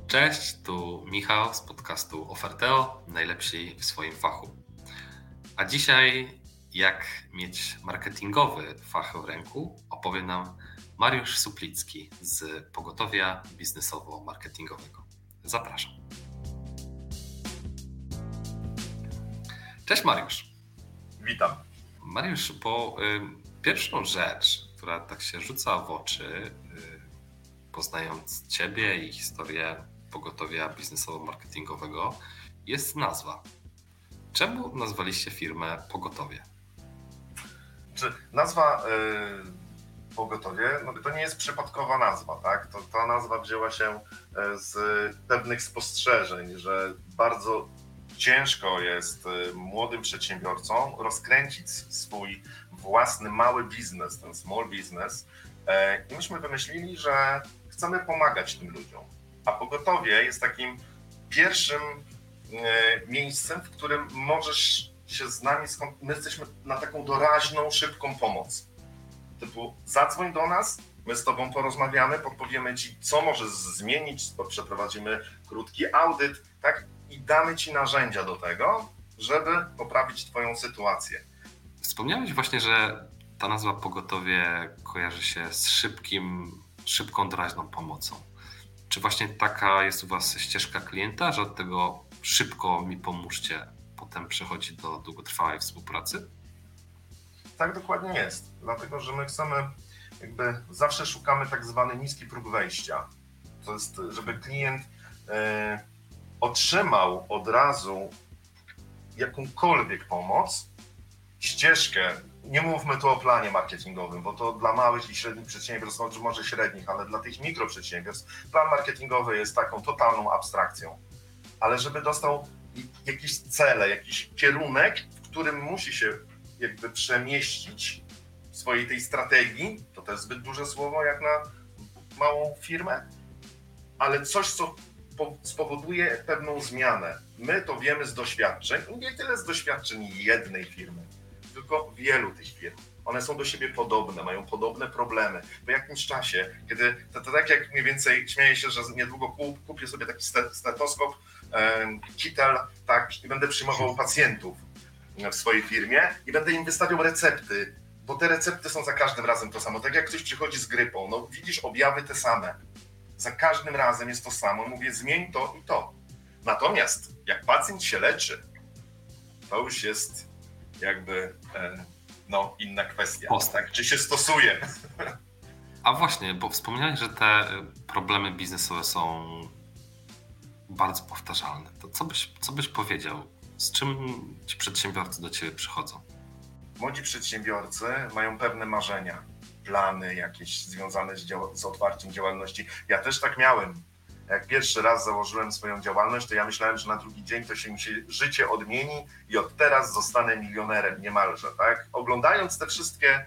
Cześć, tu Michał z podcastu Oferteo, najlepsi w swoim fachu. A dzisiaj, jak mieć marketingowy fach w ręku, opowie nam Mariusz Suplicki z Pogotowia Biznesowo-Marketingowego. Zapraszam. Cześć Mariusz. Witam. Mariusz, bo pierwszą rzecz, która tak się rzuca w oczy, poznając Ciebie i historię Pogotowia Biznesowo-Marketingowego, jest nazwa. Czemu nazwaliście firmę Pogotowie? Nazwa Pogotowie, to nie jest przypadkowa nazwa, tak? Ta nazwa wzięła się z pewnych spostrzeżeń, że bardzo ciężko jest młodym przedsiębiorcom rozkręcić swój własny mały biznes, ten small business. I myśmy wymyślili, że chcemy pomagać tym ludziom. A Pogotowie jest takim pierwszym miejscem, w którym możesz się z nami, my jesteśmy na taką doraźną, szybką pomoc. Typu zadzwoń do nas, my z tobą porozmawiamy, podpowiemy ci, co możesz zmienić, przeprowadzimy krótki audyt, tak? I damy ci narzędzia do tego, żeby poprawić twoją sytuację. Wspomniałeś właśnie, że ta nazwa Pogotowie kojarzy się z szybką, doraźną pomocą. Czy właśnie taka jest u was ścieżka klienta, że od tego szybko mi pomóżcie, potem przechodzi do długotrwałej współpracy? Tak dokładnie jest, dlatego że my chcemy, zawsze szukamy tak zwany niski próg wejścia. To jest, żeby klient otrzymał od razu jakąkolwiek pomoc, ścieżkę. Nie mówmy tu o planie marketingowym, bo to dla małych i średnich przedsiębiorstw, czy może średnich, ale dla tych mikroprzedsiębiorstw plan marketingowy jest taką totalną abstrakcją. Ale żeby dostał jakieś cele, jakiś kierunek, w którym musi się przemieścić w swojej tej strategii, to jest zbyt duże słowo jak na małą firmę, ale coś, co spowoduje pewną zmianę. My to wiemy z doświadczeń, nie tyle z doświadczeń jednej firmy, tylko wielu tych firm. One są do siebie podobne, mają podobne problemy. Po jakimś czasie, kiedy to tak jak mniej więcej śmieję się, że niedługo kupię sobie taki stetoskop, kitel, tak, i będę przyjmował pacjentów w swojej firmie i będę im wystawiał recepty, bo te recepty są za każdym razem to samo. Tak jak ktoś przychodzi z grypą, widzisz objawy te same. Za każdym razem jest to samo. Mówię, zmień to i to. Natomiast jak pacjent się leczy, to już jest inna kwestia. Tak? Czy się stosuje? A właśnie, bo wspomniałeś, że te problemy biznesowe są bardzo powtarzalne. To co byś powiedział? Z czym ci przedsiębiorcy do ciebie przychodzą? Młodzi przedsiębiorcy mają pewne marzenia, plany jakieś związane z otwarciem działalności. Ja też tak miałem. Jak pierwszy raz założyłem swoją działalność, to ja myślałem, że na drugi dzień to się mi życie odmieni i od teraz zostanę milionerem niemalże, tak? Oglądając te wszystkie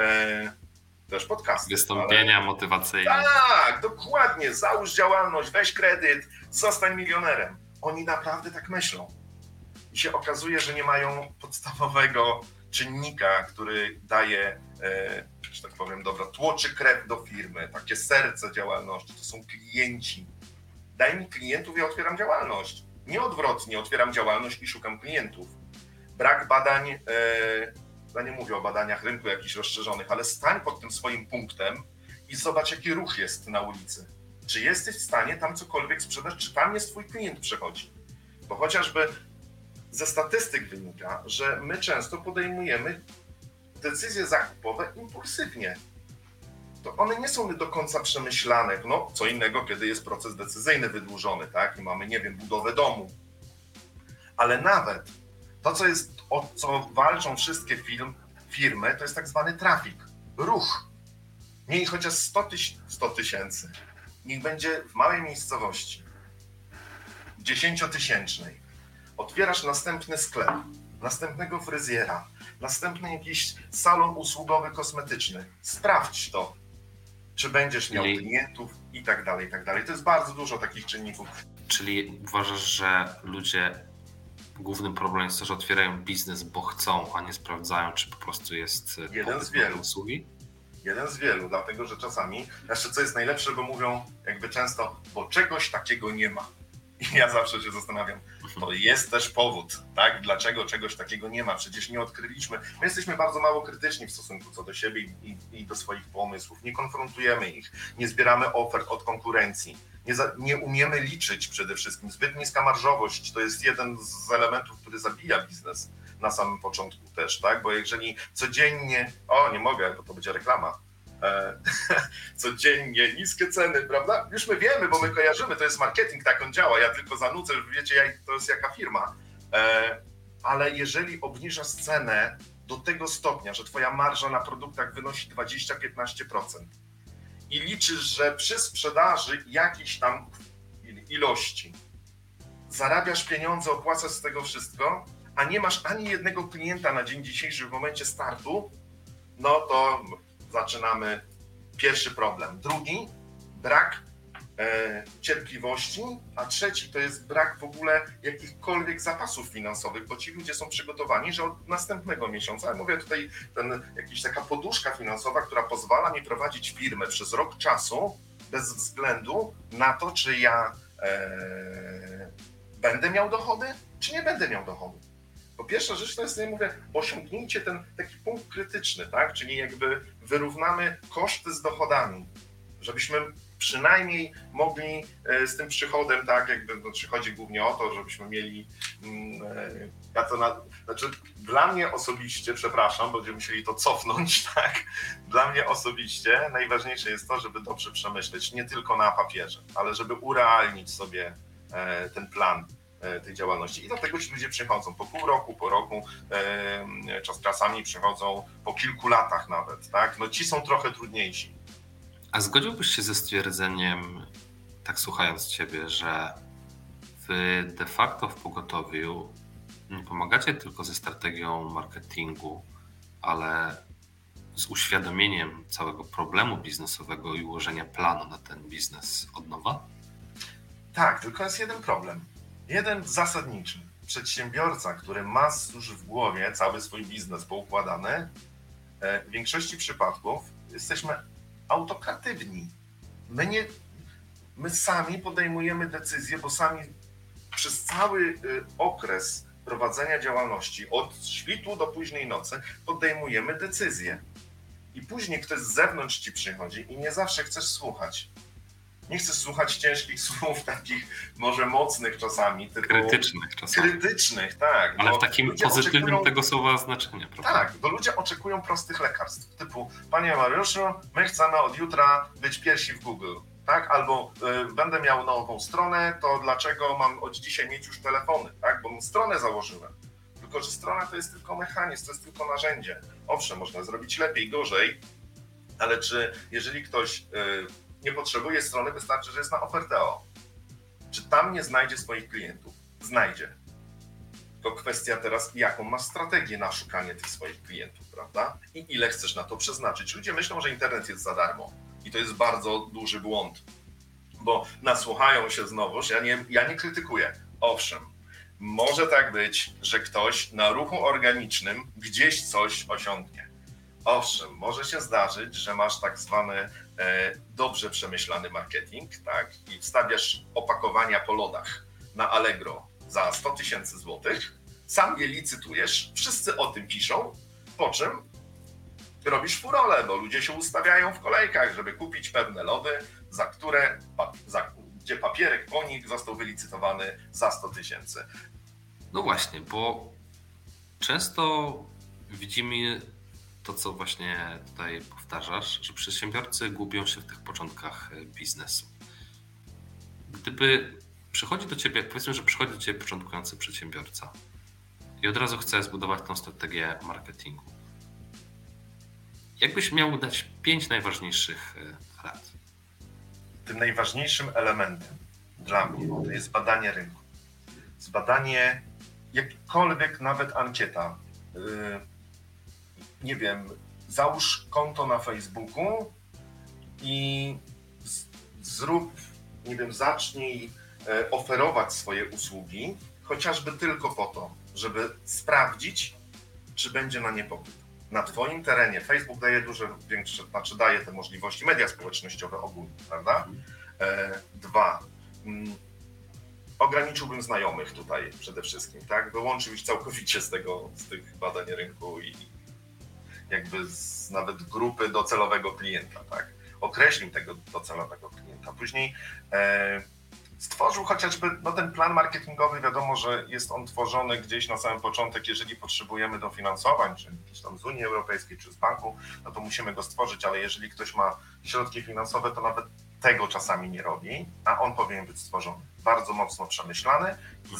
też podcasty. Wystąpienia motywacyjne. Tak, dokładnie. Załóż działalność, weź kredyt, zostań milionerem. Oni naprawdę tak myślą. I się okazuje, że nie mają podstawowego czynnika, który daje, że tak powiem, tłoczy krew do firmy, takie serce działalności, to są klienci. Daj mi klientów, ja otwieram działalność. Nie odwrotnie, otwieram działalność i szukam klientów. Brak badań, ja nie mówię o badaniach rynku jakichś rozszerzonych, ale stań pod tym swoim punktem i zobacz, jaki ruch jest na ulicy. Czy jesteś w stanie tam cokolwiek sprzedać, czy tam jest twój klient przechodzi? Bo chociażby ze statystyk wynika, że my często podejmujemy decyzje zakupowe impulsywnie. To one nie są do końca przemyślane. Co innego, kiedy jest proces decyzyjny wydłużony, tak? I mamy, budowę domu. Ale nawet to, o co walczą wszystkie firmy, to jest tak zwany trafik, ruch. Miej chociaż 100 tysięcy. Niech będzie w małej miejscowości, 10-tysięcznej. Otwierasz następny sklep, następnego fryzjera, następny jakiś salon usługowy kosmetyczny. Sprawdź to, czy będziesz miał klientów i tak dalej, i tak dalej. To jest bardzo dużo takich czynników. Czyli uważasz, że ludzie, głównym problemem jest to, że otwierają biznes, bo chcą, a nie sprawdzają, czy po prostu jest jeden z wielu usługi? jeden z wielu, dlatego że czasami, jeszcze co jest najlepsze, bo mówią jakby często, bo czegoś takiego nie ma. I ja zawsze się zastanawiam, to jest też powód, tak? Dlaczego czegoś takiego nie ma? Przecież nie odkryliśmy. My jesteśmy bardzo mało krytyczni w stosunku co do siebie i do swoich pomysłów. Nie konfrontujemy ich, nie zbieramy ofert od konkurencji. Nie umiemy liczyć przede wszystkim. Zbyt niska marżowość to jest jeden z elementów, który zabija biznes na samym początku też, tak? Bo jeżeli codziennie, nie mogę, bo to będzie reklama, codziennie niskie ceny, prawda? Już my wiemy, bo my kojarzymy, to jest marketing, tak on działa, ja tylko zanucę, że wiecie, to jest jaka firma. Ale jeżeli obniżasz cenę do tego stopnia, że twoja marża na produktach wynosi 20-15% i liczysz, że przy sprzedaży jakiejś tam ilości zarabiasz pieniądze, opłacasz z tego wszystko, a nie masz ani jednego klienta na dzień dzisiejszy w momencie startu, no to zaczynamy pierwszy problem. Drugi, brak cierpliwości, a trzeci to jest brak w ogóle jakichkolwiek zapasów finansowych, bo ci ludzie są przygotowani, że od następnego miesiąca, ja mówię tutaj, jakaś taka poduszka finansowa, która pozwala mi prowadzić firmę przez rok czasu, bez względu na to, czy ja będę miał dochody, czy nie będę miał dochody. Po pierwsza rzecz to jest, ja mówię, osiągnijcie ten taki punkt krytyczny, tak? Czyli jakby wyrównamy koszty z dochodami, żebyśmy przynajmniej mogli z tym przychodem, tak, jakby chodzi głównie o to, żebyśmy mieli, znaczy dla mnie osobiście, przepraszam, będziemy musieli to cofnąć, tak, dla mnie osobiście najważniejsze jest to, żeby dobrze przemyśleć, nie tylko na papierze, ale żeby urealnić sobie ten plan tej działalności i do tego ci ludzie przychodzą po pół roku, po roku, czasami przychodzą po kilku latach nawet, tak, no ci są trochę trudniejsi. A zgodziłbyś się ze stwierdzeniem, tak słuchając ciebie, że wy de facto w pogotowiu nie pomagacie tylko ze strategią marketingu, ale z uświadomieniem całego problemu biznesowego i ułożenia planu na ten biznes od nowa? Tak, tylko jest jeden problem. Jeden zasadniczy. Przedsiębiorca, który ma już w głowie cały swój biznes poukładany, w większości przypadków jesteśmy autokratywni. My sami podejmujemy decyzje, bo sami przez cały okres prowadzenia działalności, od świtu do późnej nocy, podejmujemy decyzje. I później ktoś z zewnątrz ci przychodzi i nie zawsze chcesz słuchać. Nie chcesz słuchać ciężkich słów, takich może mocnych czasami. Typu krytycznych czasami. Krytycznych, tak. Ale w takim pozytywnym tego słowa znaczenia, prawda? Tak, bo ludzie oczekują prostych lekarstw. Typu, panie Mariuszu, my chcemy od jutra być pierwsi w Google. Tak? Albo będę miał nową stronę, to dlaczego mam od dzisiaj mieć już telefony? Tak? Bo stronę założyłem. Tylko że strona to jest tylko mechanizm, to jest tylko narzędzie. Owszem, można zrobić lepiej, gorzej, ale jeżeli ktoś nie potrzebuje strony, wystarczy, że jest na Oferteo. Czy tam nie znajdzie swoich klientów? Znajdzie. To kwestia teraz, jaką masz strategię na szukanie tych swoich klientów, prawda? I ile chcesz na to przeznaczyć. Ludzie myślą, że internet jest za darmo. I to jest bardzo duży błąd. Bo nasłuchają się znowuż, ja nie krytykuję. Owszem, może tak być, że ktoś na ruchu organicznym gdzieś coś osiągnie. Owszem, może się zdarzyć, że masz tak zwany dobrze przemyślany marketing, tak? I wstawiasz opakowania po lodach na Allegro za 100 000 złotych, sam je licytujesz, wszyscy o tym piszą, po czym robisz furorę, bo ludzie się ustawiają w kolejkach, żeby kupić pewne lody, gdzie papierek po nich został wylicytowany za 100 000. No właśnie, bo często widzimy to, co właśnie tutaj powtarzasz, że przedsiębiorcy gubią się w tych początkach biznesu. Gdyby przychodzi do ciebie, powiedzmy, że przychodzi do ciebie początkujący przedsiębiorca i od razu chce zbudować tą strategię marketingu. Jakbyś miał dać 5 najważniejszych rad? Tym najważniejszym elementem dla mnie to jest badanie rynku. Zbadanie, jakkolwiek nawet ankieta. Nie wiem, załóż konto na Facebooku i zrób, nie wiem, zacznij oferować swoje usługi, chociażby tylko po to, żeby sprawdzić, czy będzie na nie popyt. na twoim terenie Facebook daje daje te możliwości, media społecznościowe ogólnie, prawda? 2. Ograniczyłbym znajomych tutaj przede wszystkim, tak? Wyłączył ich całkowicie z tych badań rynku i jakby nawet grupy docelowego klienta, tak? Określił tego docelowego klienta. Później stworzył chociażby ten plan marketingowy, wiadomo, że jest on tworzony gdzieś na samym początek, jeżeli potrzebujemy dofinansowań, czy gdzieś tam z Unii Europejskiej, czy z banku, no to musimy go stworzyć, ale jeżeli ktoś ma środki finansowe, to nawet tego czasami nie robi, a on powinien być stworzony. Bardzo mocno przemyślany,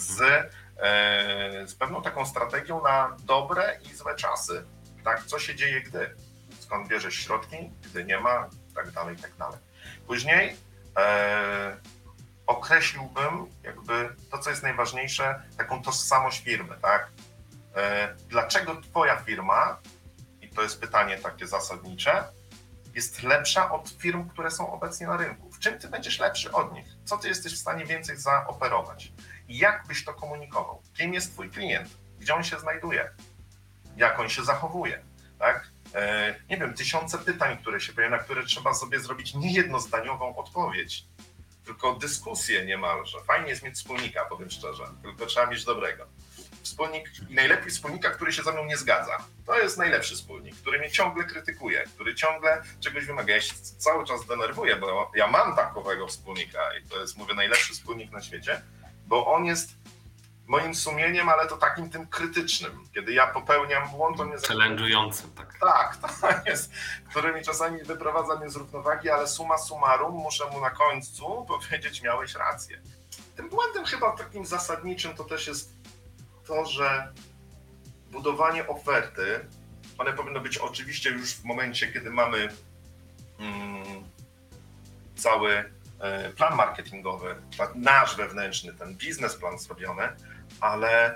z pewną taką strategią na dobre i złe czasy. Tak? Co się dzieje, gdy? Skąd bierzesz środki, gdy nie ma, i tak dalej, i tak dalej. Później określiłbym jakby to, co jest najważniejsze, taką tożsamość firmy, tak? Dlaczego twoja firma, i to jest pytanie takie zasadnicze, jest lepsza od firm, które są obecnie na rynku? W czym ty będziesz lepszy od nich? Co ty jesteś w stanie więcej zaoferować? I jak byś to komunikował? Kim jest twój klient? Gdzie on się znajduje? Jak on się zachowuje? Tak? Nie wiem, tysiące pytań, które się pojawiają, na które trzeba sobie zrobić niejednozdaniową odpowiedź, tylko dyskusję niemalże. Fajnie jest mieć wspólnika, powiem szczerze, tylko trzeba mieć dobrego. I najlepiej wspólnika, który się ze mną nie zgadza. To jest najlepszy wspólnik, który mnie ciągle krytykuje, który ciągle czegoś wymaga. Ja się cały czas denerwuję, bo ja mam takowego wspólnika i to jest, mówię, najlepszy wspólnik na świecie, bo on jest moim sumieniem, ale to takim tym krytycznym. Kiedy ja popełniam błąd, on mnie challenge'ującym, tak. Tak, to jest, który mi czasami wyprowadza mnie z równowagi, ale summa summarum muszę mu na końcu powiedzieć, miałeś rację. Tym błędem chyba takim zasadniczym to też jest to, że budowanie oferty, one powinno być oczywiście już w momencie, kiedy mamy cały plan marketingowy, nasz wewnętrzny, ten biznesplan zrobiony, ale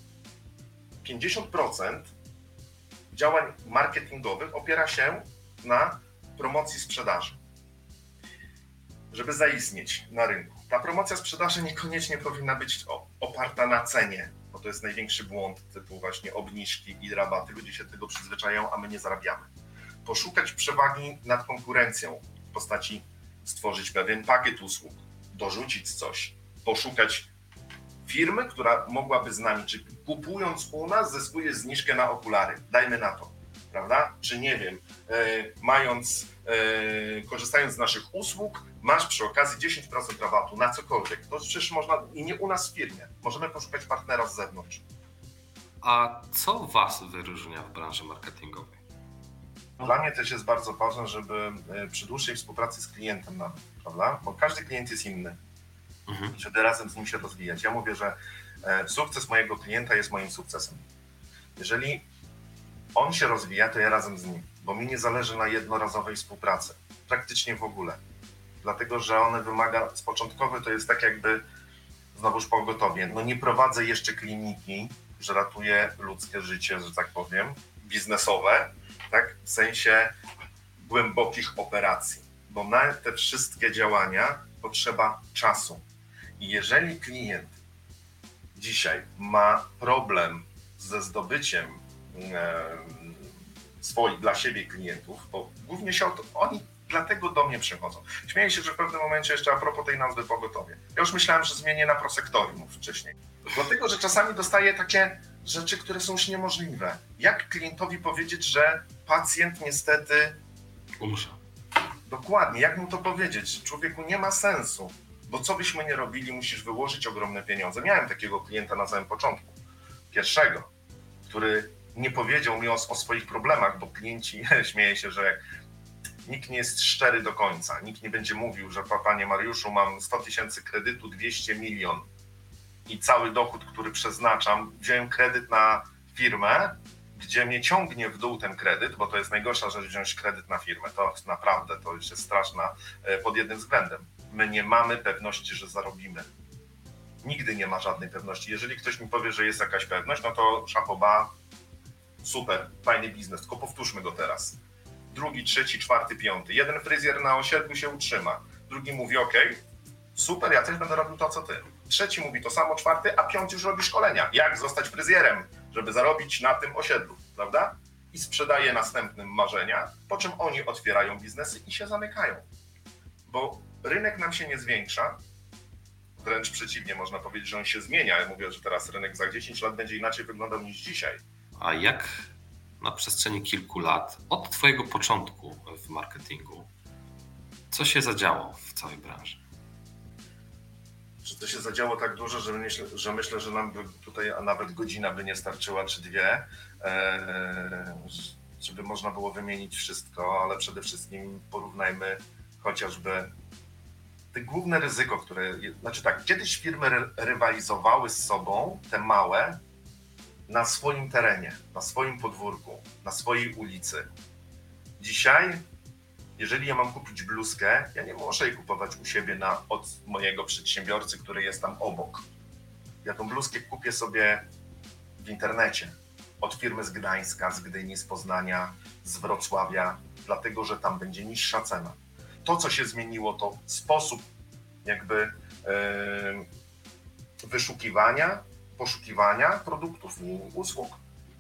50% działań marketingowych opiera się na promocji sprzedaży, żeby zaistnieć na rynku. Ta promocja sprzedaży niekoniecznie powinna być oparta na cenie, bo to jest największy błąd typu właśnie obniżki i rabaty. Ludzie się do tego przyzwyczajają, a my nie zarabiamy. Poszukać przewagi nad konkurencją w postaci stworzyć pewien pakiet usług, dorzucić coś, poszukać firmy, która mogłaby z nami, czy kupując u nas zyskuje zniżkę na okulary, dajmy na to, prawda? Czy nie wiem, korzystając z naszych usług, masz przy okazji 10% rabatu na cokolwiek. To przecież można i nie u nas w firmie. Możemy poszukać partnera z zewnątrz. A co was wyróżnia w branży marketingowej? Dla mnie też jest bardzo ważne, żeby przy dłuższej współpracy z klientem nawet, prawda? Bo każdy klient jest inny. Żeby razem z nim się rozwijać. Ja mówię, że sukces mojego klienta jest moim sukcesem. Jeżeli on się rozwija, to ja razem z nim, bo mi nie zależy na jednorazowej współpracy. Praktycznie w ogóle. Dlatego, że one wymaga, z początkowy to jest tak jakby, znowuż pogotowie, no nie prowadzę jeszcze kliniki, że ratuję ludzkie życie, że tak powiem, biznesowe, tak, w sensie głębokich operacji, bo na te wszystkie działania potrzeba czasu. I jeżeli klient dzisiaj ma problem ze zdobyciem swoich dla siebie klientów, bo głównie oni dlatego do mnie przychodzą. Śmieję się, że w pewnym momencie jeszcze a propos tej nazwy pogotowie. Ja już myślałem, że zmienię na prosektorium wcześniej. Dlatego, że czasami dostaję takie rzeczy, które są już niemożliwe. Jak klientowi powiedzieć, że pacjent niestety umrze? Dokładnie, jak mu to powiedzieć? Człowieku, nie ma sensu, bo co byśmy nie robili, musisz wyłożyć ogromne pieniądze. Miałem takiego klienta na samym początku, pierwszego, który nie powiedział mi o swoich problemach, bo klienci, śmieję się, że nikt nie jest szczery do końca. Nikt nie będzie mówił, że panie Mariuszu, mam 100 000 kredytu, 200 milion i cały dochód, który przeznaczam, wziąłem kredyt na firmę, gdzie mnie ciągnie w dół ten kredyt, bo to jest najgorsza rzecz wziąć kredyt na firmę. To naprawdę, to już jest straszna pod jednym względem. My nie mamy pewności, że zarobimy. Nigdy nie ma żadnej pewności. Jeżeli ktoś mi powie, że jest jakaś pewność, no to szapoba, super, fajny biznes, tylko powtórzmy go teraz. Drugi, trzeci, czwarty, piąty. Jeden fryzjer na osiedlu się utrzyma. Drugi mówi, okej, super, ja też będę robił to, co ty. Trzeci mówi to samo, czwarty, a piąty już robi szkolenia. Jak zostać fryzjerem, żeby zarobić na tym osiedlu, prawda? i sprzedaje następnym marzenia, po czym oni otwierają biznesy i się zamykają. Bo rynek nam się nie zwiększa, wręcz przeciwnie, można powiedzieć, że on się zmienia. Ja mówię, że teraz rynek za 10 lat będzie inaczej wyglądał niż dzisiaj. A jak na przestrzeni kilku lat, od twojego początku w marketingu, co się zadziało w całej branży? Że to się zadziało tak dużo, że myślę, że nam by tutaj nawet godzina by nie starczyła, czy dwie, żeby można było wymienić wszystko, ale przede wszystkim porównajmy chociażby te główne ryzyko, znaczy tak, kiedyś firmy rywalizowały z sobą, te małe, na swoim terenie, na swoim podwórku, na swojej ulicy. Dzisiaj, jeżeli ja mam kupić bluzkę, ja nie muszę jej kupować u siebie od mojego przedsiębiorcy, który jest tam obok. Ja tą bluzkę kupię sobie w internecie, od firmy z Gdańska, z Gdyni, z Poznania, z Wrocławia, dlatego że tam będzie niższa cena. To, co się zmieniło, to sposób jakby wyszukiwania, poszukiwania produktów i usług,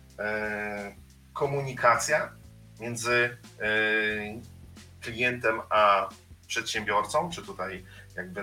komunikacja między klientem a przedsiębiorcą, czy tutaj jakby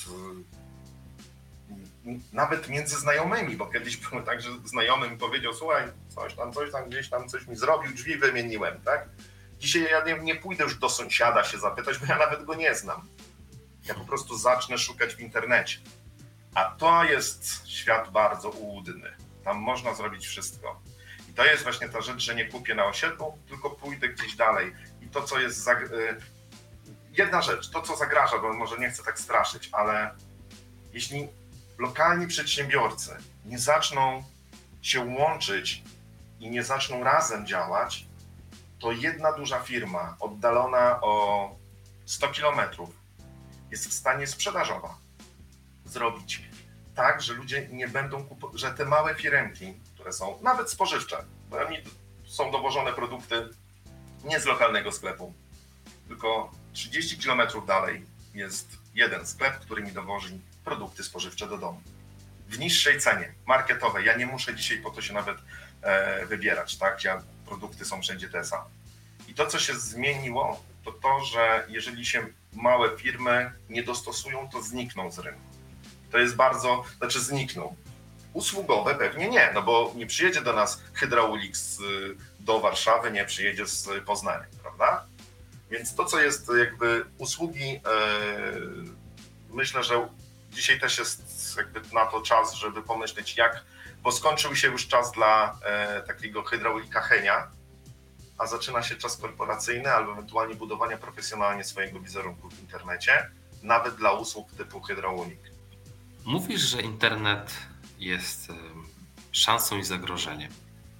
nawet między znajomymi, bo kiedyś było tak, że znajomy mi powiedział, słuchaj, coś tam, gdzieś tam coś mi zrobił, drzwi wymieniłem, tak? Dzisiaj ja nie pójdę już do sąsiada się zapytać, bo ja nawet go nie znam. Ja po prostu zacznę szukać w internecie. A to jest świat bardzo ułudny. Tam można zrobić wszystko. I to jest właśnie ta rzecz, że nie kupię na osiedlu, tylko pójdę gdzieś dalej. I to, co jest... Jedna rzecz, to co zagraża, bo może nie chcę tak straszyć, ale jeśli lokalni przedsiębiorcy nie zaczną się łączyć i nie zaczną razem działać, to jedna duża firma oddalona o 100 kilometrów jest w stanie sprzedażowa zrobić tak, że ludzie nie będą kupować, że te małe firemki, które są nawet spożywcze, bo są dowożone produkty nie z lokalnego sklepu, tylko 30 km dalej jest jeden sklep, który mi dowozi produkty spożywcze do domu. W niższej cenie, marketowej. Ja nie muszę dzisiaj po to się nawet wybierać, tak? Produkty są wszędzie te same. I to, co się zmieniło, to to, że jeżeli się małe firmy nie dostosują, to znikną z rynku. To jest znikną. Usługowe pewnie nie, no bo nie przyjedzie do nas hydraulik do Warszawy, nie przyjedzie z Poznania, prawda? Więc to, co jest jakby usługi, myślę, że dzisiaj też jest jakby na to czas, żeby pomyśleć bo skończył się już czas dla takiego hydraulika Henia, a zaczyna się czas korporacyjny albo ewentualnie budowania profesjonalnie swojego wizerunku w internecie, nawet dla usług typu hydraulik. Mówisz, że internet jest szansą i zagrożeniem.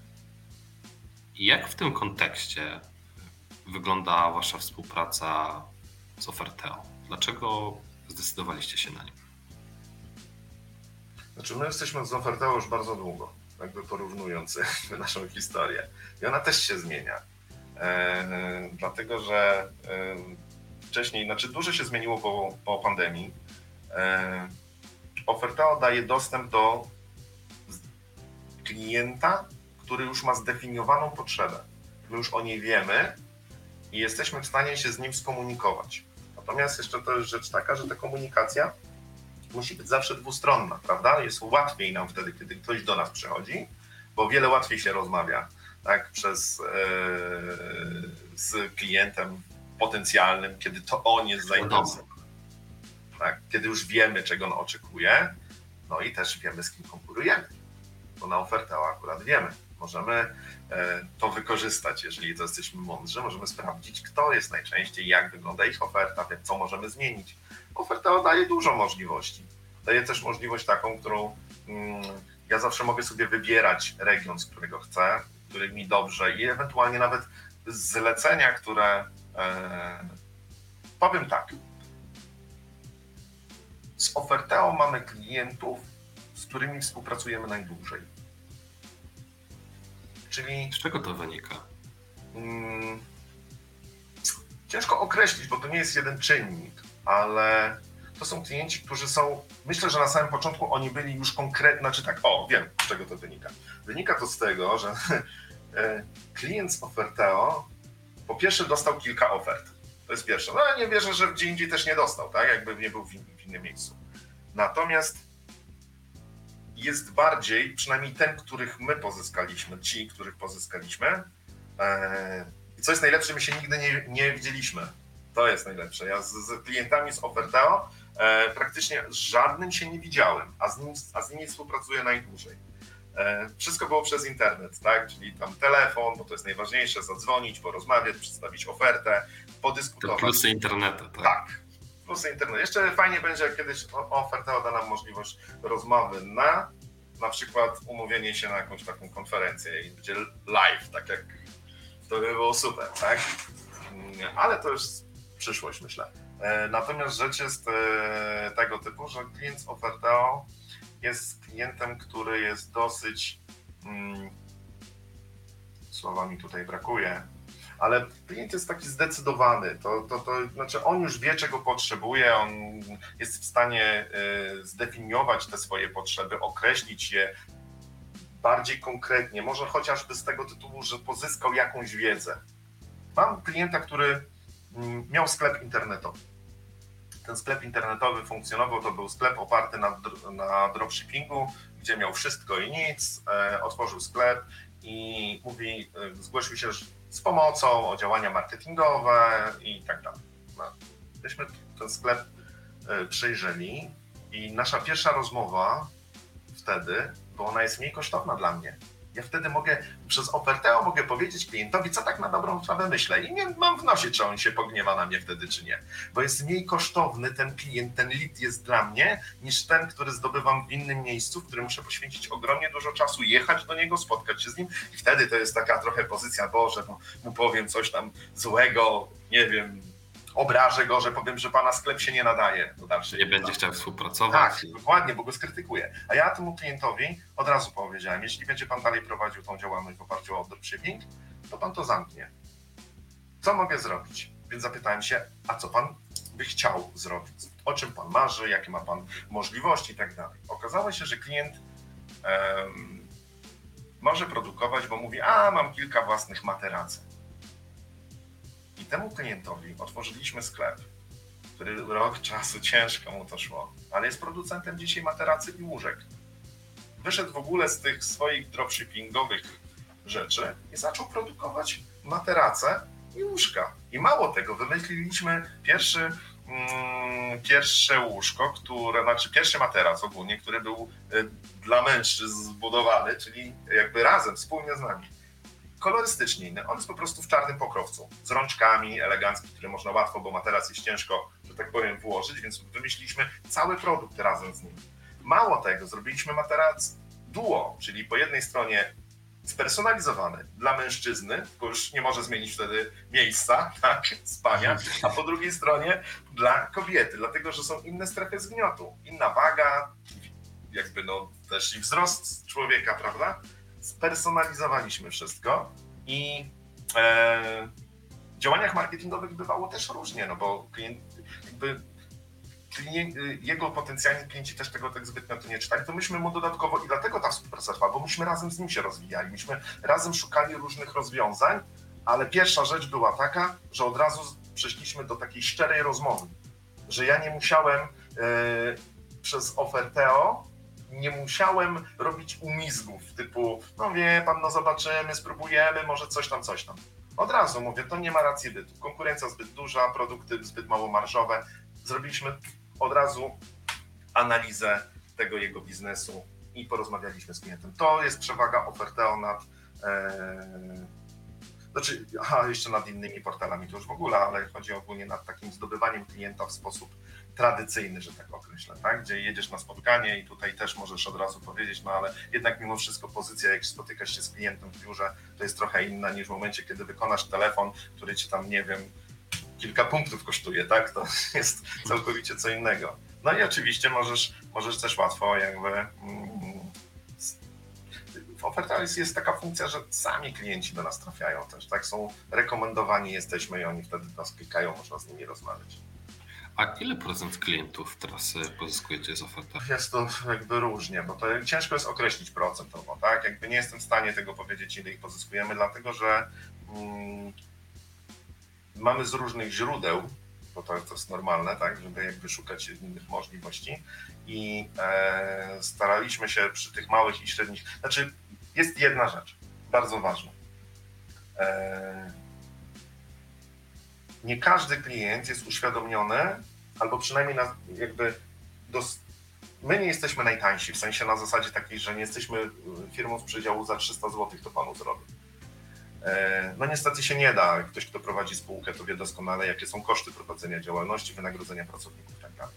I jak w tym kontekście wygląda wasza współpraca z Offerteo? Dlaczego zdecydowaliście się na nią? Znaczy my jesteśmy z Offerteo już bardzo długo, jakby porównując naszą historię. I ona też się zmienia. Dlatego, że wcześniej, dużo się zmieniło po pandemii. Offerteo daje dostęp do klienta, który już ma zdefiniowaną potrzebę. My już o niej wiemy i jesteśmy w stanie się z nim skomunikować. Natomiast jeszcze to jest rzecz taka, że ta komunikacja musi być zawsze dwustronna, prawda? Jest łatwiej nam wtedy, kiedy ktoś do nas przychodzi, bo o wiele łatwiej się rozmawia, tak? Z klientem potencjalnym, kiedy to on jest zainteresowany. Tak? Kiedy już wiemy, czego on oczekuje, no i też wiemy, z kim konkurujemy. Bo na Offerteo akurat wiemy. Możemy to wykorzystać, jeżeli to jesteśmy mądrzy, możemy sprawdzić, kto jest najczęściej, jak wygląda ich oferta, co możemy zmienić. Offerteo daje dużo możliwości. Daje też możliwość taką, którą ja zawsze mogę sobie wybierać region, z którego chcę, który mi dobrze i ewentualnie nawet zlecenia, które powiem tak. Z Offerteo mamy klientów, z którymi współpracujemy najdłużej. Czyli... Z czego to wynika? Ciężko określić, bo to nie jest jeden czynnik, ale to są klienci, którzy są... Myślę, że na samym początku oni byli już konkretni, wiem, z czego to wynika. Wynika to z tego, że Klient z Offerteo po pierwsze dostał kilka ofert. To jest pierwsze. No ja nie wierzę, że gdzie indziej też nie dostał, tak? Jakby nie był w innym miejscu. Natomiast jest bardziej, przynajmniej ten, których my pozyskaliśmy, których pozyskaliśmy. I co jest najlepsze, my się nigdy nie widzieliśmy. To jest najlepsze. Ja z klientami z Offerteo praktycznie z żadnym się nie widziałem, a z nimi współpracuję najdłużej. Wszystko było przez internet, tak? Czyli tam telefon, bo to jest najważniejsze, zadzwonić, porozmawiać, przedstawić ofertę, podyskutować. To plusy internetu, tak? Tak, plusy internetu. Jeszcze fajnie będzie, jak kiedyś Offerteo da nam możliwość rozmowy na przykład umówienie się na jakąś taką konferencję i będzie live, tak jak to by było super, tak? Ale to już przyszłość, myślę. Natomiast rzecz jest tego typu, że klient z Offerteo jest klientem, który jest dosyć, słowa mi tutaj brakuje, ale klient jest taki zdecydowany, to znaczy on już wie, czego potrzebuje, on jest w stanie zdefiniować te swoje potrzeby, określić je bardziej konkretnie, może chociażby z tego tytułu, że pozyskał jakąś wiedzę. Mam klienta, który miał sklep internetowy. Ten sklep internetowy funkcjonował, to był sklep oparty na dropshippingu, gdzie miał wszystko i nic, otworzył sklep i mówi, zgłosił się z pomocą o działania marketingowe i tak dalej. No, myśmy ten sklep przejrzeli i nasza pierwsza rozmowa wtedy, bo ona jest mniej kosztowna dla mnie. Ja wtedy mogę przez Offerteo mogę powiedzieć klientowi, co tak na dobrą sprawę myślę i nie mam w nosie, czy on się pogniewa na mnie wtedy, czy nie. Bo jest mniej kosztowny ten klient, ten lead jest dla mnie, niż ten, który zdobywam w innym miejscu, w którym muszę poświęcić ogromnie dużo czasu, jechać do niego, spotkać się z nim i wtedy to jest taka trochę pozycja, Boże, bo mu powiem coś tam złego, nie wiem, obrażę go, że powiem, że pana sklep się nie nadaje do dalszej. Nie będzie chciał współpracować. Tak, dokładnie, bo go skrytykuję. A ja temu klientowi od razu powiedziałem, jeśli będzie pan dalej prowadził tą działalność w oparciu o dropshipping, to pan to zamknie. Co mogę zrobić? Więc zapytałem się, a co pan by chciał zrobić? O czym pan marzy, jakie ma pan możliwości i tak dalej. Okazało się, że klient może produkować, bo mówi, mam kilka własnych materacy. I temu klientowi otworzyliśmy sklep, który rok czasu ciężko mu to szło, ale jest producentem dzisiaj materacy i łóżek. Wyszedł w ogóle z tych swoich dropshippingowych rzeczy i zaczął produkować materace i łóżka. I mało tego, wymyśliliśmy pierwsze łóżko, pierwszy materac ogólnie, który był dla mężczyzn zbudowany, czyli jakby razem, wspólnie z nami. Kolorystycznie inny. On jest po prostu w czarnym pokrowcu, z rączkami elegancki, które można łatwo, bo materac jest ciężko, że tak powiem, włożyć, więc wymyśliliśmy cały produkt razem z nim. Mało tego, zrobiliśmy materac duo, czyli po jednej stronie spersonalizowany dla mężczyzny, tylko już nie może zmienić wtedy miejsca, tak, spania, a po drugiej stronie dla kobiety, dlatego że są inne strefy zgniotu, inna waga, jakby też i wzrost człowieka, prawda? Spersonalizowaliśmy wszystko i w działaniach marketingowych bywało też różnie, bo jego potencjalni klienci też tego tak zbytnio to nie czytali, to myśmy mu dodatkowo i dlatego ta współpraca trwa, bo myśmy razem z nim się rozwijali, myśmy razem szukali różnych rozwiązań, ale pierwsza rzecz była taka, że od razu przeszliśmy do takiej szczerej rozmowy, że ja nie musiałem przez Offerteo nie musiałem robić umizgów typu, wie pan, zobaczymy, spróbujemy, może coś tam. Od razu mówię, to nie ma racji bytu. Konkurencja zbyt duża, produkty zbyt mało marżowe. Zrobiliśmy od razu analizę tego jego biznesu i porozmawialiśmy z klientem. To jest przewaga Offerteo nad jeszcze nad innymi portalami to już w ogóle, ale chodzi ogólnie nad takim zdobywaniem klienta w sposób tradycyjny, że tak określę, tak? Gdzie jedziesz na spotkanie i tutaj też możesz od razu powiedzieć, ale jednak mimo wszystko pozycja, jak spotykasz się z klientem w biurze, to jest trochę inna niż w momencie, kiedy wykonasz telefon, który ci tam, nie wiem, kilka punktów kosztuje, tak? To jest całkowicie co innego. No i oczywiście możesz też łatwo jakby w Offerteo jest taka funkcja, że sami klienci do nas trafiają też, tak? Są rekomendowani, jesteśmy i oni wtedy nas klikają, można z nimi rozmawiać. A ile procent klientów teraz pozyskujecie z oferty? Jest to jakby różnie, bo to ciężko jest określić procentowo, tak? Jakby nie jestem w stanie tego powiedzieć, ile ich pozyskujemy, dlatego że mamy z różnych źródeł, bo to jest normalne, tak, żeby jakby szukać innych możliwości i staraliśmy się przy tych małych i średnich, znaczy jest jedna rzecz, bardzo ważna. Nie każdy klient jest uświadomiony, albo przynajmniej my nie jesteśmy najtańsi, w sensie na zasadzie takiej, że nie jesteśmy firmą z przedziału za 300 zł, to panu zrobię. No niestety się nie da. Ktoś, kto prowadzi spółkę, to wie doskonale, jakie są koszty prowadzenia działalności, wynagrodzenia pracowników i tak dalej.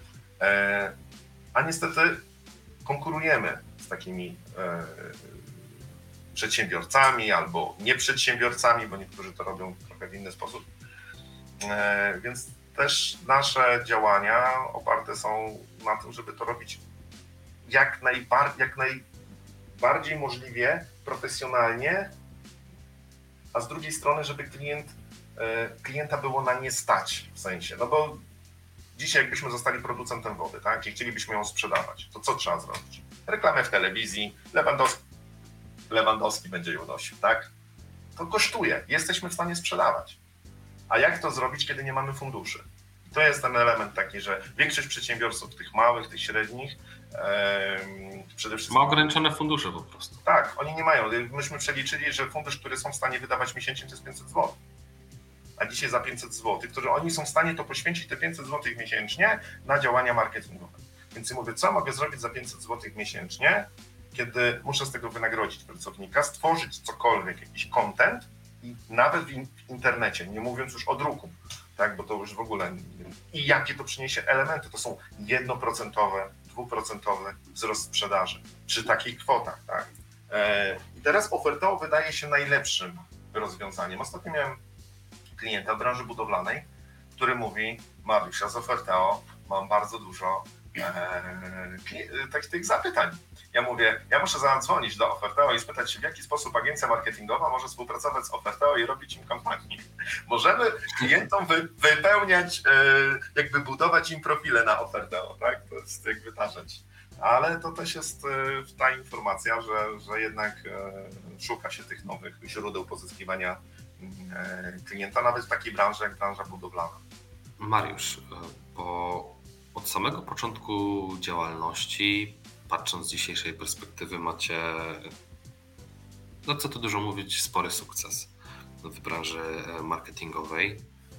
A niestety konkurujemy z takimi przedsiębiorcami albo nieprzedsiębiorcami, bo niektórzy to robią trochę w inny sposób. Więc też nasze działania oparte są na tym, żeby to robić jak najbardziej możliwie profesjonalnie, a z drugiej strony, żeby klienta było na nie stać, w sensie, no bo dzisiaj jakbyśmy zostali producentem wody, tak, i chcielibyśmy ją sprzedawać, to co trzeba zrobić? Reklamę w telewizji, Lewandowski będzie ją nosił, tak? To kosztuje, jesteśmy w stanie sprzedawać. A jak to zrobić, kiedy nie mamy funduszy? To jest ten element taki, że większość przedsiębiorców, tych małych, tych średnich, przede wszystkim... Ma ograniczone fundusze po prostu. Tak, oni nie mają. Myśmy przeliczyli, że fundusz, który są w stanie wydawać miesięcznie, to jest 500 zł. A dzisiaj za 500 zł, które oni są w stanie to poświęcić te 500 zł miesięcznie na działania marketingowe. Więc ja mówię, co mogę zrobić za 500 zł miesięcznie, kiedy muszę z tego wynagrodzić pracownika, stworzyć cokolwiek, jakiś content i nawet w internecie, nie mówiąc już o druku, tak, bo to już w ogóle... I jakie to przyniesie elementy, to są 1%, 2% wzrost sprzedaży przy takich kwotach, tak. I teraz Oferteo wydaje się najlepszym rozwiązaniem. Ostatnio miałem klienta w branży budowlanej, który mówi: Mariusz, ja z Oferteo mam bardzo dużo tych zapytań. Ja mówię, ja muszę zadzwonić do Oferteo i spytać się, w jaki sposób agencja marketingowa może współpracować z Oferteo i robić im kampanię. Możemy klientom wypełniać, jakby budować im profile na Oferteo, tak? To jest jakby ta rzecz. Ale to też jest ta informacja, że jednak szuka się tych nowych źródeł pozyskiwania klienta, nawet w takiej branży jak branża budowlana. Mariusz, bo od samego początku działalności, patrząc z dzisiejszej perspektywy, macie, no co tu dużo mówić, spory sukces w branży marketingowej.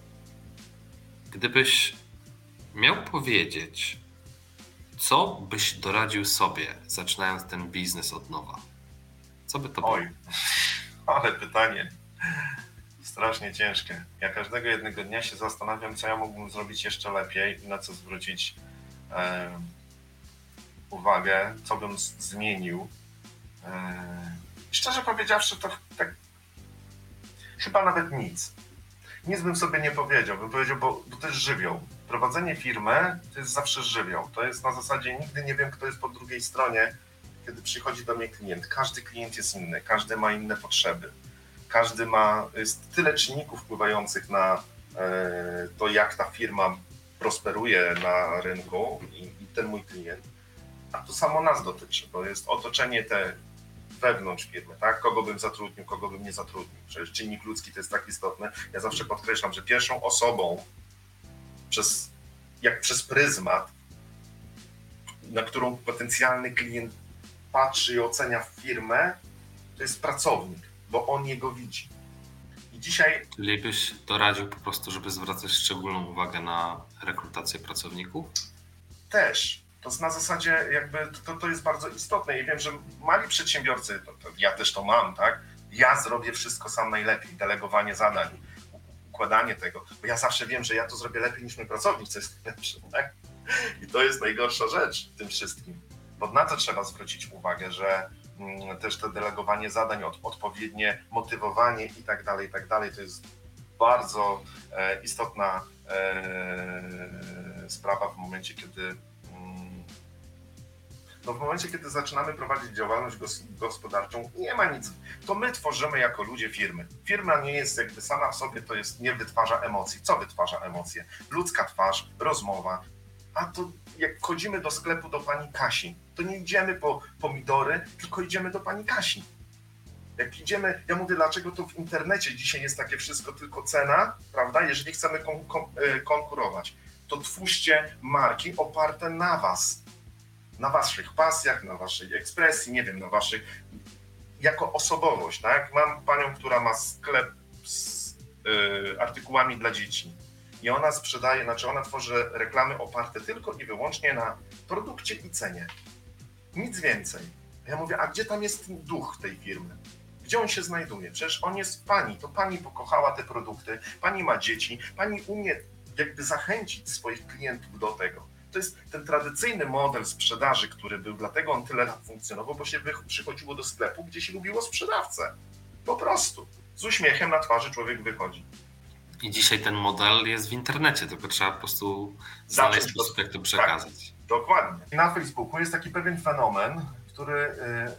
Gdybyś miał powiedzieć, co byś doradził sobie, zaczynając ten biznes od nowa? Co by to było? Oj, ale pytanie strasznie ciężkie. Ja każdego jednego dnia się zastanawiam, co ja mógłbym zrobić jeszcze lepiej i na co zwrócić uwagę, co bym zmienił. Szczerze powiedziawszy, to tak chyba nawet nic. Nic bym sobie nie powiedział. Bym powiedział, bo to jest żywioł. Prowadzenie firmy to jest zawsze żywioł. To jest na zasadzie, nigdy nie wiem, kto jest po drugiej stronie, kiedy przychodzi do mnie klient. Każdy klient jest inny, każdy ma inne potrzeby. Każdy jest tyle czynników wpływających na to, jak ta firma prosperuje na rynku i ten mój klient. A to samo nas dotyczy, bo jest otoczenie te wewnątrz firmy, tak? Kogo bym zatrudnił, kogo bym nie zatrudnił. Przecież czynnik ludzki to jest tak istotny. Ja zawsze podkreślam, że pierwszą osobą, jak przez pryzmat, na którą potencjalny klient patrzy i ocenia firmę, to jest pracownik, bo on jego widzi. I dzisiaj... Czyli byś doradził po prostu, żeby zwracać szczególną uwagę na rekrutację pracowników? Też. To na zasadzie jakby to jest bardzo istotne i wiem, że mali przedsiębiorcy, to ja też to mam, tak? Ja zrobię wszystko sam najlepiej, delegowanie zadań, układanie tego, bo ja zawsze wiem, że ja to zrobię lepiej niż mój pracownik, co jest najlepsze, tak? I to jest najgorsza rzecz w tym wszystkim. Bo na to trzeba zwrócić uwagę, że też to delegowanie zadań, odpowiednie motywowanie i tak dalej, to jest bardzo istotna sprawa w momencie, kiedy No w momencie, kiedy zaczynamy prowadzić działalność gospodarczą, nie ma nic. To my tworzymy jako ludzie firmy. Firma nie jest jakby sama w sobie, nie wytwarza emocji. Co wytwarza emocje? Ludzka twarz, rozmowa. A to jak wchodzimy do sklepu do pani Kasi, to nie idziemy po pomidory, tylko idziemy do pani Kasi. Jak idziemy, ja mówię, dlaczego to w internecie dzisiaj jest takie wszystko tylko cena, prawda? Jeżeli chcemy konkurować, to twórzcie marki oparte na was, na waszych pasjach, na waszej ekspresji, nie wiem, na waszych, jako osobowość, tak? Mam panią, która ma sklep z artykułami dla dzieci i ona sprzedaje, znaczy ona tworzy reklamy oparte tylko i wyłącznie na produkcie i cenie. Nic więcej. Ja mówię, a gdzie tam jest duch tej firmy? Gdzie on się znajduje? Przecież on jest w pani, to pani pokochała te produkty, pani ma dzieci, pani umie jakby zachęcić swoich klientów do tego. To jest ten tradycyjny model sprzedaży, który był, dlatego on tyle lat funkcjonował, bo się przychodziło do sklepu, gdzie się lubiło sprzedawcę. Po prostu. Z uśmiechem na twarzy człowiek wychodzi. I dzisiaj ten model jest w internecie, tylko trzeba po prostu znaleźć sposób, jak to przekazać. Tak, dokładnie. Na Facebooku jest taki pewien fenomen, który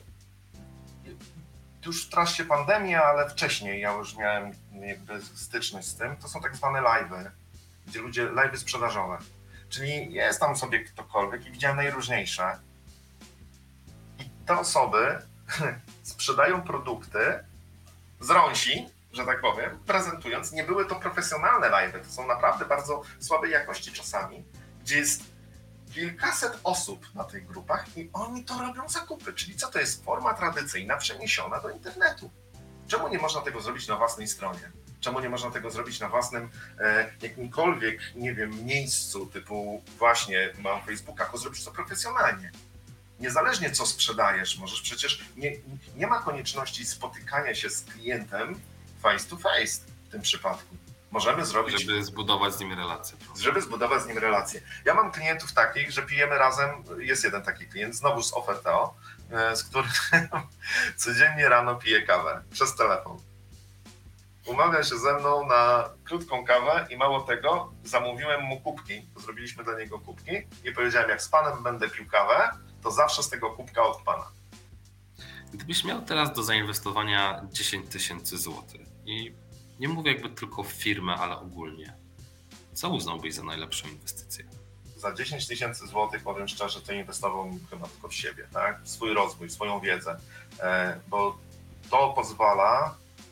już w trakcie pandemii, ale wcześniej ja już miałem jakby styczność z tym, to są tak zwane live'y, gdzie ludzie, live'y sprzedażowe. Czyli jest tam sobie ktokolwiek i widziałem najróżniejsze. I te osoby sprzedają produkty z rąsi, że tak powiem, prezentując. Nie były to profesjonalne live'y, to są naprawdę bardzo słabej jakości czasami, gdzie jest kilkaset osób na tych grupach i oni to robią zakupy. Czyli co to jest forma tradycyjna przeniesiona do internetu? Czemu nie można tego zrobić na własnej stronie? Czemu nie można tego zrobić na własnym, jakimkolwiek, nie wiem, miejscu, typu właśnie mam Facebooka, tylko zrobić to profesjonalnie. Niezależnie co sprzedajesz, możesz przecież, nie ma konieczności spotykania się z klientem face to face w tym przypadku. Możemy zrobić... Żeby zbudować z nim relację. Żeby zbudować z nim relację. Ja mam klientów takich, że pijemy razem, jest jeden taki klient, znowu z Offerteo, z którym codziennie rano pije kawę przez telefon. Umawia się ze mną na krótką kawę i mało tego, zamówiłem mu kubki, zrobiliśmy dla niego kubki i powiedziałem, jak z panem będę pił kawę, to zawsze z tego kubka od pana. Gdybyś miał teraz do zainwestowania 10 000 złotych i nie mówię jakby tylko w firmę, ale ogólnie, co uznałbyś za najlepszą inwestycję? Za 10 000 złotych, powiem szczerze, to inwestowałbym chyba tylko w siebie, tak? W swój rozwój, swoją wiedzę, bo to pozwala,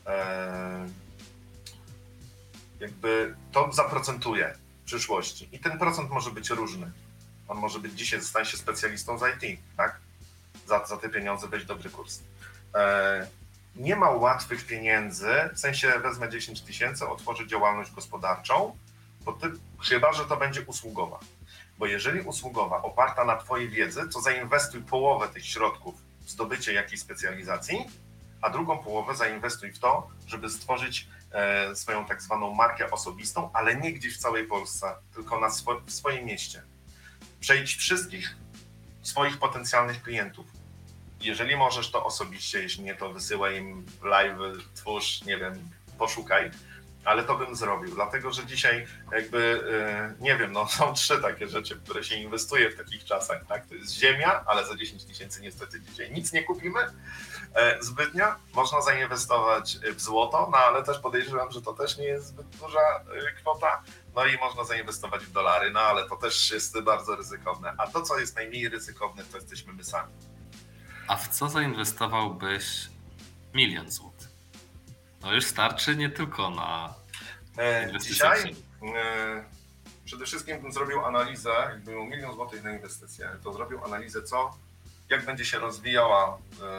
jakby to zaprocentuje w przyszłości i ten procent może być różny. On może być dzisiaj, stanie się specjalistą z IT, tak? Za te pieniądze weź dobry kurs. Nie ma łatwych pieniędzy, w sensie wezmę 10 000, otworzę działalność gospodarczą, chyba że to będzie usługowa. Bo jeżeli usługowa oparta na twojej wiedzy, to zainwestuj połowę tych środków w zdobycie jakiejś specjalizacji, a drugą połowę zainwestuj w to, żeby stworzyć swoją tak zwaną markę osobistą, ale nie gdzieś w całej Polsce, tylko w swoim mieście. Przejdź wszystkich swoich potencjalnych klientów. Jeżeli możesz, to osobiście, jeśli nie, to wysyłaj im live, twórz, nie wiem, poszukaj, ale to bym zrobił, dlatego że dzisiaj jakby, nie wiem, no są 3 takie rzeczy, w które się inwestuje w takich czasach, tak? To jest ziemia, ale za 10 000 niestety dzisiaj nic nie kupimy zbytnio. Można zainwestować w złoto, no ale też podejrzewam, że to też nie jest zbyt duża kwota. No i można zainwestować w dolary, no ale to też jest bardzo ryzykowne. A to, co jest najmniej ryzykowne, to jesteśmy my sami. A w co zainwestowałbyś 1 000 000 złotych? No już starczy nie tylko na inwestycje. Dzisiaj przede wszystkim bym zrobił analizę, jakbym miał 1 000 000 złotych na inwestycje, to zrobił analizę jak będzie się rozwijała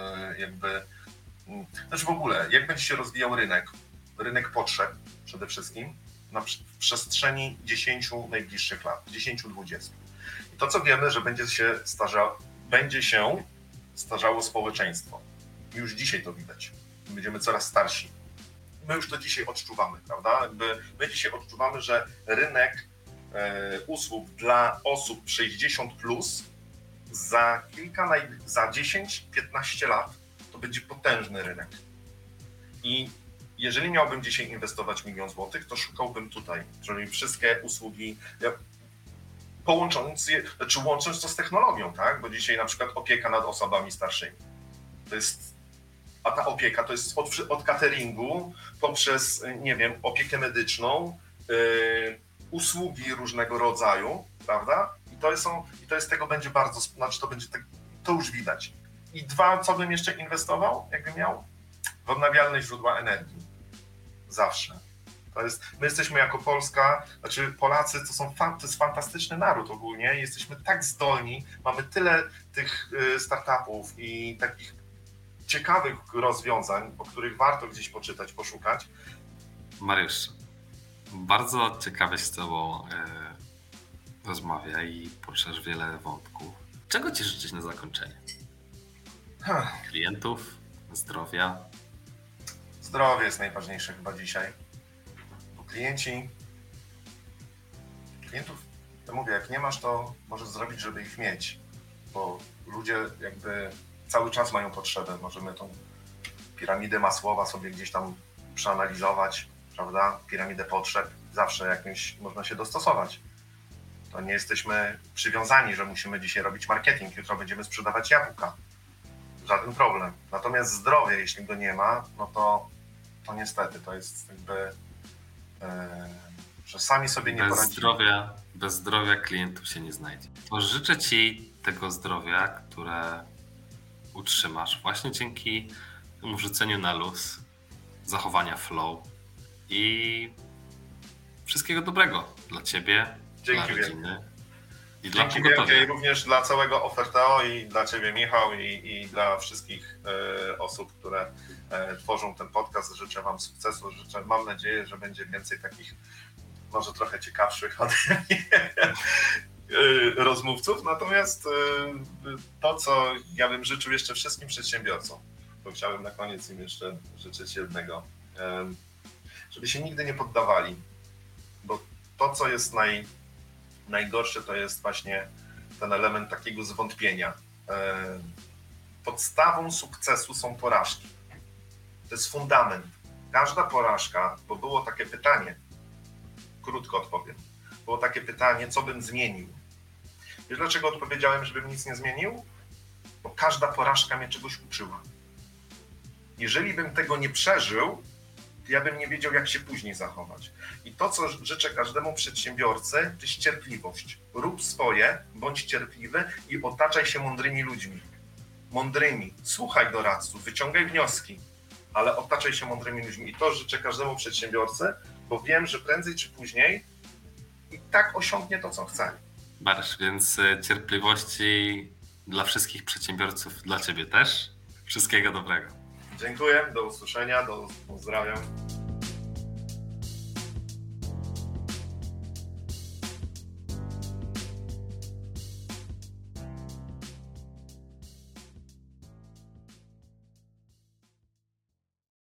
znaczy w ogóle, jak będzie się rozwijał rynek potrzeb przede wszystkim w przestrzeni 10 najbliższych lat, 10-20. I to co wiemy, że będzie się starzało społeczeństwo. Już dzisiaj to widać. Będziemy coraz starsi. My już to dzisiaj odczuwamy, prawda? My dzisiaj odczuwamy, że rynek usług dla osób 60+, za 10-15 lat to będzie potężny rynek. I jeżeli miałbym dzisiaj inwestować 1 000 000 złotych, to szukałbym tutaj, czyli wszystkie usługi. łącząc to z technologią, tak? Bo dzisiaj na przykład opieka nad osobami starszymi. A ta opieka to jest od cateringu poprzez, nie wiem, opiekę medyczną, usługi różnego rodzaju, prawda? I to jest tego będzie bardzo, znaczy to już widać. I dwa, co bym jeszcze inwestował, jakbym miał? W odnawialne źródła energii. Zawsze. My jesteśmy jako Polska, znaczy Polacy to jest fantastyczny naród ogólnie, jesteśmy tak zdolni, mamy tyle tych startupów i takich ciekawych rozwiązań, o których warto gdzieś poczytać, poszukać. Mariusz, bardzo ciekawie z Tobą rozmawia i poruszasz wiele wątków. Czego Ci życzyć na zakończenie? Klientów, zdrowia? Zdrowie jest najważniejsze chyba dzisiaj. Bo klientów, ja mówię, jak nie masz, to możesz zrobić, żeby ich mieć. Bo ludzie jakby cały czas mają potrzebę. Możemy tą piramidę Masłowa sobie gdzieś tam przeanalizować, prawda? Piramidę potrzeb. Zawsze jakimś można się dostosować. To nie jesteśmy przywiązani, że musimy dzisiaj robić marketing, jutro będziemy sprzedawać jabłka. Żaden problem. Natomiast zdrowie, jeśli go nie ma, no to niestety to jest jakby, że sami sobie nie poradzimy. Bez zdrowia klientów się nie znajdzie. To życzę Ci tego zdrowia, które utrzymasz właśnie dzięki temu rzuceniu na luz, zachowania flow i wszystkiego dobrego dla Ciebie, Dzięki dla rodziny i dla Dzięki wielkie i również dla całego Offerteo i dla Ciebie, Michał, i dla wszystkich osób, które tworzą ten podcast. Życzę Wam sukcesu, mam nadzieję, że będzie więcej takich może trochę ciekawszych ode mnie rozmówców, natomiast to, co ja bym życzył jeszcze wszystkim przedsiębiorcom, bo chciałbym na koniec im jeszcze życzyć jednego, żeby się nigdy nie poddawali, bo to, co jest najgorsze, to jest właśnie ten element takiego zwątpienia. Podstawą sukcesu są porażki. To jest fundament. Każda porażka, bo było takie pytanie, krótko odpowiem, było takie pytanie, co bym zmienił. Wiesz, dlaczego odpowiedziałem, żebym nic nie zmienił? Bo każda porażka mnie czegoś uczyła. Jeżeli bym tego nie przeżył, to ja bym nie wiedział, jak się później zachować. I to, co życzę każdemu przedsiębiorcy, to jest cierpliwość. Rób swoje, bądź cierpliwy i otaczaj się mądrymi ludźmi. Mądrymi. Słuchaj doradców, wyciągaj wnioski, ale otaczaj się mądrymi ludźmi. I to życzę każdemu przedsiębiorcy, bo wiem, że prędzej czy później i tak osiągnie to, co chce. Marsz, więc cierpliwości dla wszystkich przedsiębiorców, dla Ciebie też. Wszystkiego dobrego. Dziękuję, do usłyszenia, pozdrawiam.